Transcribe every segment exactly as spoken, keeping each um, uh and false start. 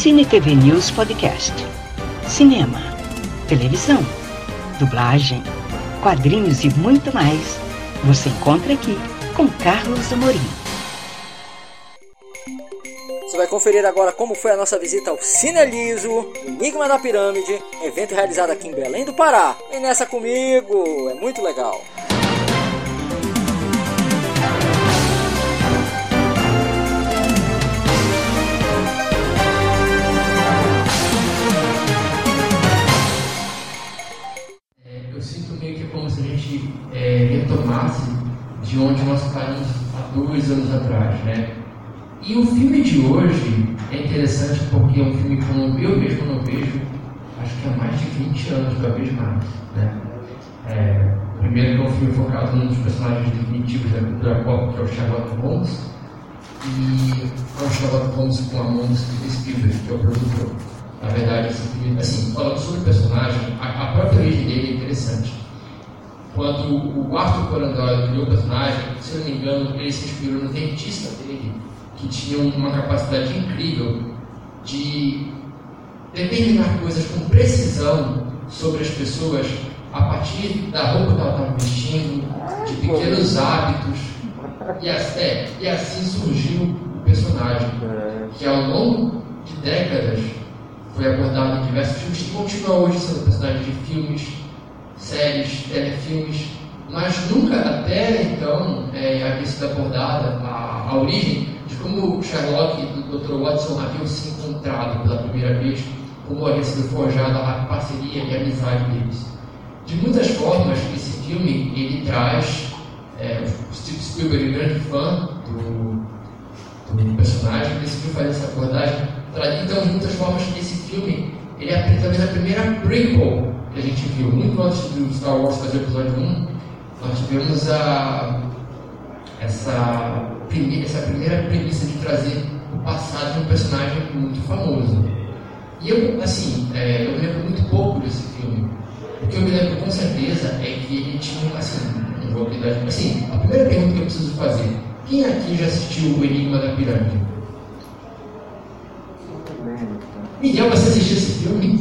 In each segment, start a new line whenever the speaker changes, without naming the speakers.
Cine T V News Podcast. Cinema, televisão, dublagem, quadrinhos e muito mais. Você encontra aqui com Carlos Amorim.
Você vai conferir agora como foi a nossa visita ao Cine Liso, Enigma da Pirâmide, evento realizado aqui em Belém do Pará. Vem nessa comigo, é muito legal.
Eu sinto meio que como se a gente é, retomasse de onde nós paramos há dois anos atrás, né? E o filme de hoje é interessante porque é um filme como eu mesmo não vejo, acho que há mais de vinte anos, talvez mais, né? É, primeiro que é um filme focado num dos personagens definitivos da cultura pop, que é o Sherlock Holmes, e é o Sherlock Holmes com a mão do Steven Spielberg, que é o produtor. Na verdade, esse filme, assim, falando sobre o personagem, a, a própria origem dele é interessante. Quando o Arthur Conan Doyle criou o personagem, se eu não me engano, ele se inspirou no dentista dele, que tinha uma capacidade incrível de determinar coisas com precisão sobre as pessoas a partir da roupa que ela estava vestindo, de pequenos hábitos, e, é, e assim surgiu o personagem, que ao longo de décadas foi abordado em diversos filmes e continua hoje sendo personagem de filmes, séries, telefilmes, mas nunca até então é, havia sido abordada a, a origem de como Sherlock e o doutor Watson haviam se encontrado pela primeira vez, como havia sido forjada a parceria e a amizade deles. De muitas formas, esse filme ele traz, é, o Steven Spielberg, grande fã do, do personagem, decidiu fazer essa abordagem. Então, de muitas formas, esse filme ele é talvez a primeira prequel que a gente viu. Muito antes do Star Wars fazer o episódio um, nós tivemos a, essa, essa primeira premissa de trazer o passado de um personagem muito famoso. E eu, assim, é, eu me lembro muito pouco desse filme. O que eu me lembro com certeza é que ele tinha, assim, um jogo de idade. Assim, a primeira pergunta que eu preciso fazer: quem aqui já assistiu o Enigma da Pirâmide? Miguel, você assistiu esse filme?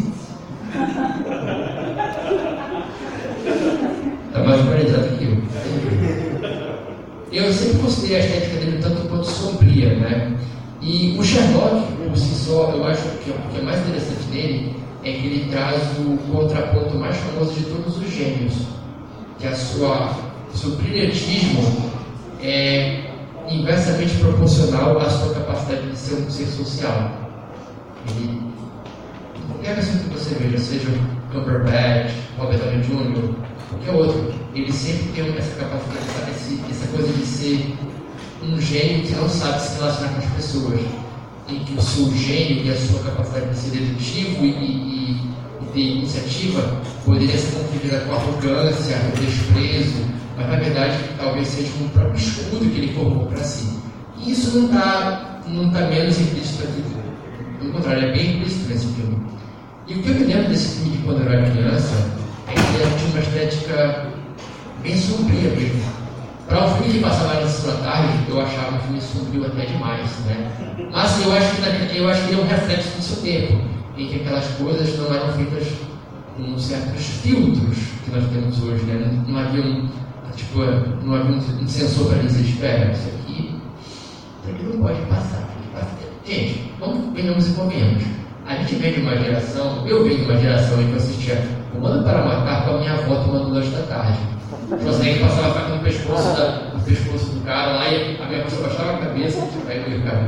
Está mais organizado que eu. Eu sempre considerei a estética dele tanto quanto sombria, né? E o Sherlock, por si só, eu acho que o que é mais interessante nele é que ele traz o contraponto mais famoso de todos os gênios, que a sua, o seu brilhantismo é inversamente proporcional à sua capacidade de ser um ser social. Ele, qualquer pessoa que você veja, seja Cumberbatch, Robert Downey júnior, qualquer outro, ele sempre tem essa capacidade, esse, essa coisa de ser um gênio que não sabe se relacionar com as pessoas, em que o seu gênio e a sua capacidade de ser dedutivo e, e, e ter iniciativa poderia ser confundida com arrogância, o desprezo, mas na verdade talvez seja um próprio escudo que ele formou para si. E isso não está não tá menos implícito aqui. Pelo contrário, é bem implícito nesse filme. E o que eu me lembro desse filme de quando eu era criança é que ele tinha uma estética bem sombria mesmo. Para um filme que passava na sessão da tarde, eu achava um filme sombrio até demais, né? Mas eu acho que, eu acho que ele é um reflexo do seu tempo, em que aquelas coisas não eram feitas com certos filtros que nós temos hoje, né? Não, não havia um, tipo, não havia um, um sensor para dizer, espera, isso aqui, isso aqui não pode passar. Gente, vamos, venhamos e convenhamos. A gente vem de uma geração, eu venho de uma geração em que eu assistia Comando para Matar com a minha avó tomando lanche da tarde. Você passava a faca no pescoço, da, no pescoço do cara lá e a minha avó baixava a cabeça e aí eu ficava.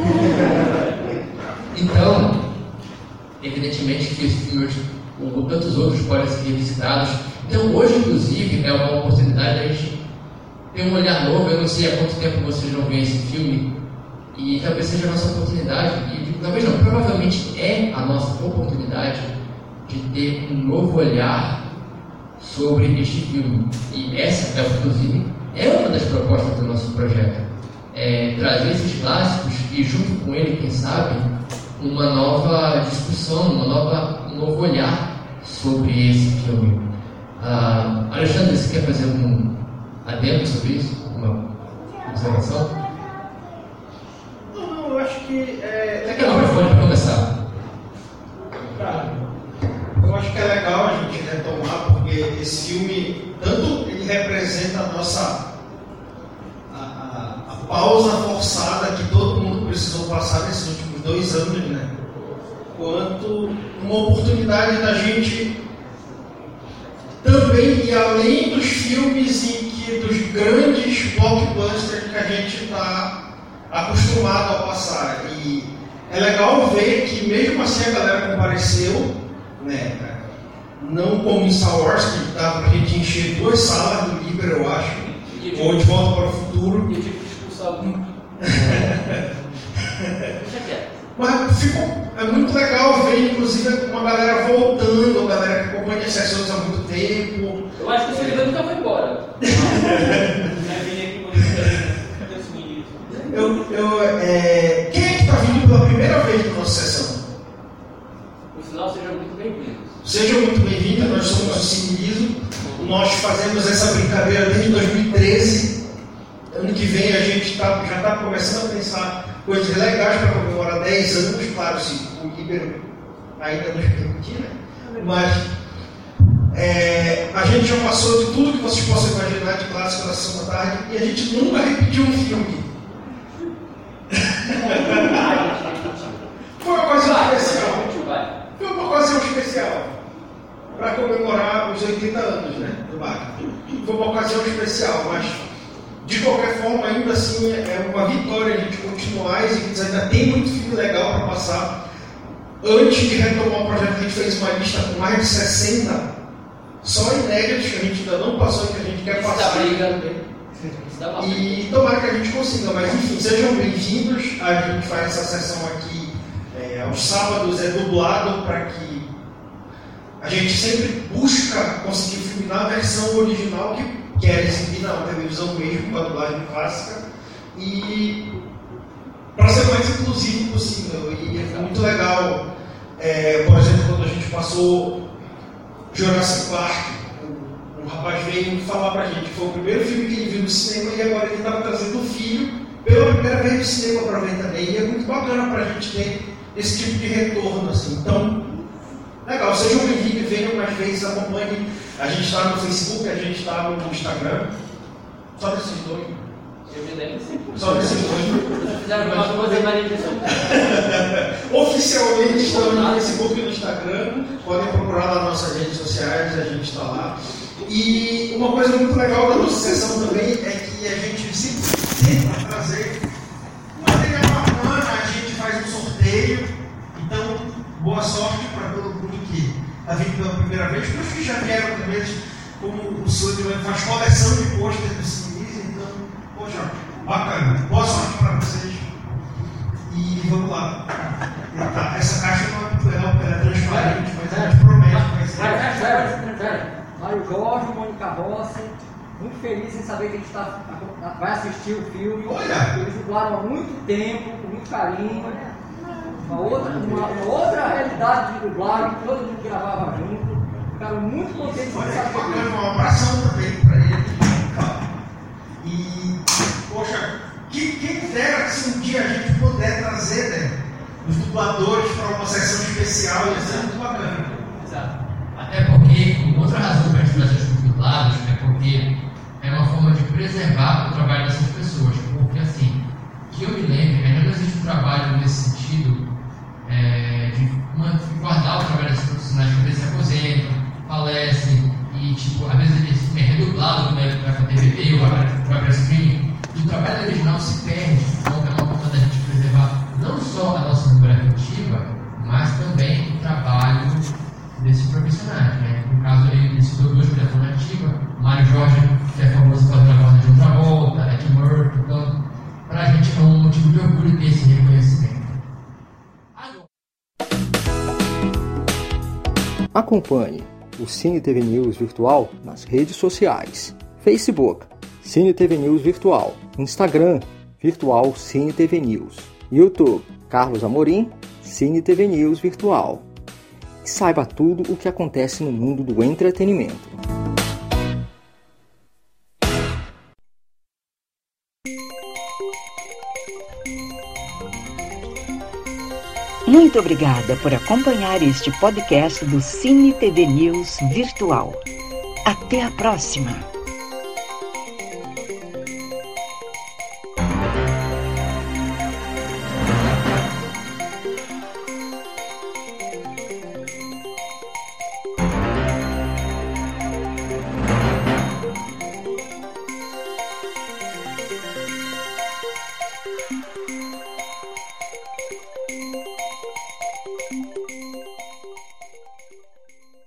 Então, evidentemente que esse filme, como tantos outros, podem ser revisitados. Então, hoje, inclusive, é uma oportunidade de a gente ter um olhar novo. Eu não sei há quanto tempo vocês não veem esse filme. E talvez seja a nossa oportunidade, e talvez não, provavelmente é a nossa oportunidade de ter um novo olhar sobre este filme. E essa, inclusive, é uma das propostas do nosso projeto. É trazer esses clássicos e, junto com ele, quem sabe, uma nova discussão, uma nova, um novo olhar sobre esse filme. Ah, Alexandre, você quer fazer um adendo sobre isso? Uma observação?
Não, não, eu acho que... É...
Você quer o microfone para começar?
nossa a, a, a pausa forçada que todo mundo precisou passar nesses últimos dois anos, né? Quanto uma oportunidade da gente também ir além dos filmes e que dos grandes blockbusters que a gente está acostumado a passar. E é legal ver que mesmo assim a galera compareceu, né? Não como em Star Wars, que dava pra gente encher duas salas do Liber, eu acho, ou De Volta para o Futuro.
E eu tive que expulsar muito.
Mas ficou, é muito legal ver, inclusive, uma galera voltando, a galera que acompanha as sessões há muito tempo.
Eu acho que o servidor nunca foi embora.
eu, eu, é... Quem é que está vindo pela primeira vez na nossa sessão?
Por sinal, sejam muito bem-vindos.
Sejam muito bem-vindos, nós somos o Cine Liso. Nós fazemos essa brincadeira desde dois mil e treze. Ano que vem a gente tá, já está começando a pensar coisas legais para comemorar dez anos, claro, se o Ibero ainda nos permitir, né? Mas é, a gente já passou de tudo que vocês possam imaginar de clássico da Sessão da Tarde e a gente nunca repetiu um filme. Foi uma ocasião especial. Foi uma ocasião especial para comemorar os oitenta anos, né, do Batman. Foi uma ocasião especial, mas de qualquer forma, ainda assim, é uma vitória a gente continuar. E ainda tem muito filme legal para passar. Antes de retomar o projeto, a gente fez uma lista com mais de sessenta só inéditos que a gente ainda não passou e que a gente quer passar. E tomara que a gente consiga, mas enfim, sejam bem-vindos. A gente faz essa sessão aqui é, aos sábados, é dublado para que a gente sempre busca conseguir o filme na versão original que quer exibir na televisão mesmo, com a dublagem clássica, e para ser o mais inclusivo possível. E é muito legal, é, por exemplo, quando a gente passou Jurassic Park, um, um rapaz veio falar pra gente que foi o primeiro filme que ele viu no cinema e agora ele estava trazendo o filho pela primeira vez no cinema para ver também. E é muito bacana para a gente ter esse tipo de retorno, assim. Então, legal, sejam bem-vindos, venham mais vezes, acompanhem. A gente está no Facebook, a gente está no Instagram. Só desses dois.
Eu me lembro sim.
Só desses dois.
Fizeram uma coisa
Oficialmente estamos no Facebook e no Instagram. Podem procurar lá nas nossas redes sociais, a gente está lá. E uma coisa muito legal da nossa sessão também é que a gente sempre tenta trazer material bacana, a gente faz um sorteio. Então, boa sorte para todo mundo que está vindo pela primeira vez, para os que já vieram também, como o Sullivan faz coleção de pôster do Cinelis, então, poxa, bacana. Boa sorte para vocês. E vamos lá. Tá, essa caixa não é muito legal porque ela é transparente, mas a gente promete que vai ser.
Mário Jorge, Mônica Rossi, muito feliz em saber que a gente tá, vai assistir o filme.
Olha!
Eles dublaram há muito tempo, com muito carinho. Uma outra, uma, uma outra realidade de dublagem, que todo mundo gravava junto. Ficaram muito contentes
Olha
de
que
saber.
bacana, um abração também para ele. E, poxa, que, quem dera que se um dia a gente puder trazer, né, os dubladores para uma sessão especial, ia ser muito bacana.
Exato. Até porque, outra razão para a gente fazer os filmes dublados é porque é uma forma de preservar o trabalho dessas pessoas. Porque, assim, que eu me lembro, ainda não existe um trabalho nesse sentido. É, de, uma, de guardar o trabalho desses profissionais que às vezes se aposentam, falecem e, tipo, às vezes ele é redublado quando vai para a T V B ou vai para streaming e o trabalho original se perde. Então é uma forma da gente preservar não só a nossa memória afetiva, mas também o trabalho desses profissionais, né? No caso, ele citou duas pessoas nativas, Mário Jorge, que é famoso pela trabalho de John Travolta, Ed Murphy, então, para a gente é um motivo de orgulho ter esse reconhecimento.
Acompanhe o Cine T V News Virtual nas redes sociais. Facebook, Cine T V News Virtual. Instagram, Virtual Cine T V News. YouTube, Carlos Amorim, Cine T V News Virtual. E saiba tudo o que acontece no mundo do entretenimento.
Muito obrigada por acompanhar este podcast do Cine T V News Virtual. Até a próxima!